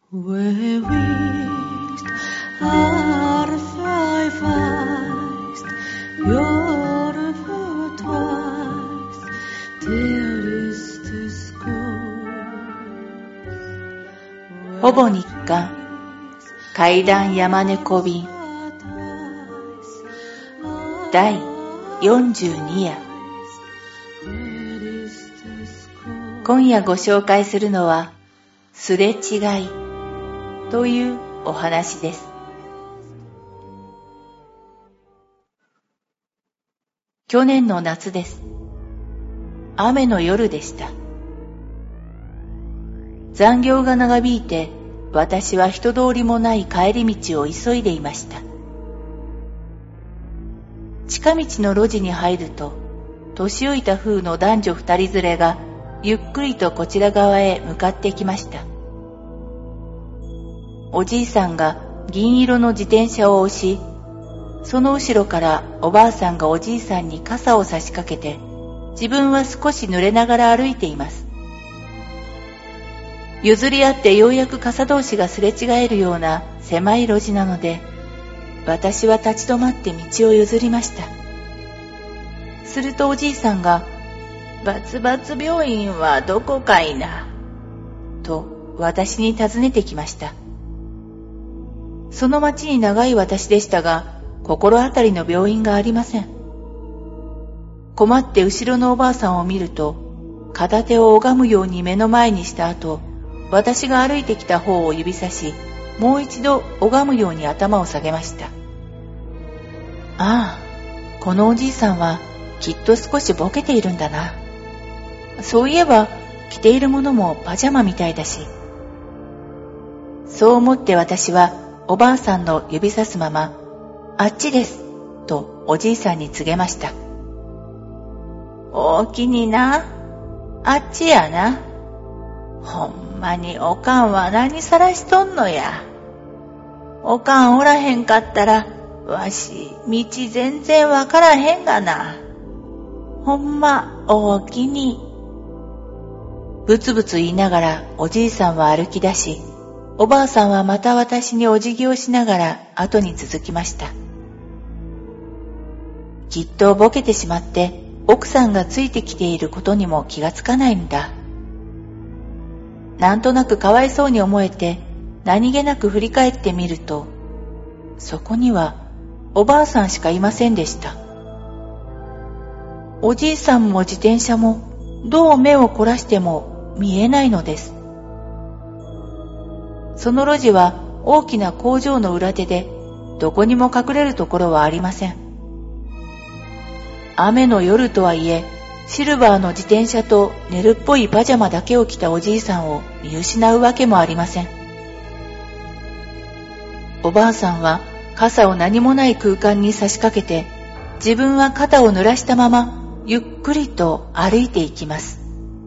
Where wished are thy voice, your foot twice, there is the school. ほぼ日刊怪談山猫便第42夜。今夜ご紹介するのはすれ違いというお話です。去年の夏です。雨の夜でした。残業が長引いて、私は人通りもない帰り道を急いでいました。近道の路地に入ると、年老いた風の男女二人連れがゆっくりとこちら側へ向かってきました。おじいさんが銀色の自転車を押し、その後ろからおばあさんがおじいさんに傘を差しかけて、自分は少し濡れながら歩いています。譲り合ってようやく傘同士がすれ違えるような狭い路地なので、私は立ち止まって道を譲りました。するとおじいさんが、バツバツ病院はどこかいな、と私に尋ねてきました。その町に長い私でしたが、心当たりの病院がありません。困って後ろのおばあさんを見ると、片手を拝むように目の前にした後、私が歩いてきた方を指さし、もう一度拝むように頭を下げました。ああ、このおじいさんはきっと少しボケているんだな。そういえば着ているものもパジャマみたいだし。そう思って私はおばあさんの指さすまま、あっちです、とおじいさんに告げました。おおきにな、あっちやな。ほんまにおかんは何さらしとんのや。おかんおらへんかったら、わし、道全然わからへんがな。ほんま、おおきに。ぶつぶつ言いながらおじいさんは歩き出し、おばあさんはまた私にお辞儀をしながら後に続きました。きっとボケてしまって奥さんがついてきていることにも気がつかないんだ。なんとなくかわいそうに思えて何気なく振り返ってみると、そこにはおばあさんしかいませんでした。おじいさんも自転車もどう目を凝らしても見えないのです。その路地は大きな工場の裏手で、どこにも隠れるところはありません。雨の夜とはいえ、シルバーの自転車と寝るっぽいパジャマだけを着たおじいさんを見失うわけもありません。おばあさんは傘を何もない空間に差し掛けて、自分は肩を濡らしたままゆっくりと歩いていきます。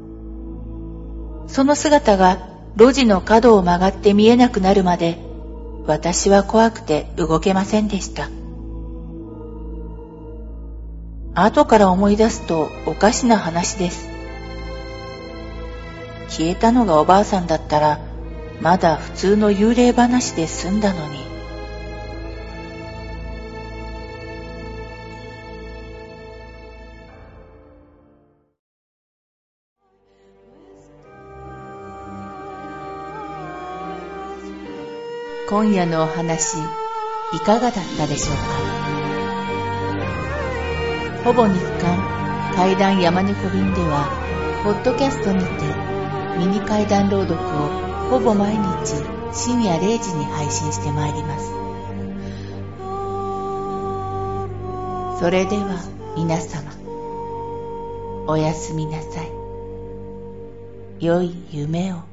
その姿が路地の角を曲がって見えなくなるまで、私は怖くて動けませんでした。後から思い出すとおかしな話です。消えたのがおばあさんだったら、まだ普通の幽霊話で済んだのに。今夜のお話、いかがだったでしょうか。ほぼ日刊怪談山猫便では、ポッドキャストにてミニ怪談朗読をほぼ毎日深夜0時に配信してまいります。それでは皆様、おやすみなさい。良い夢を。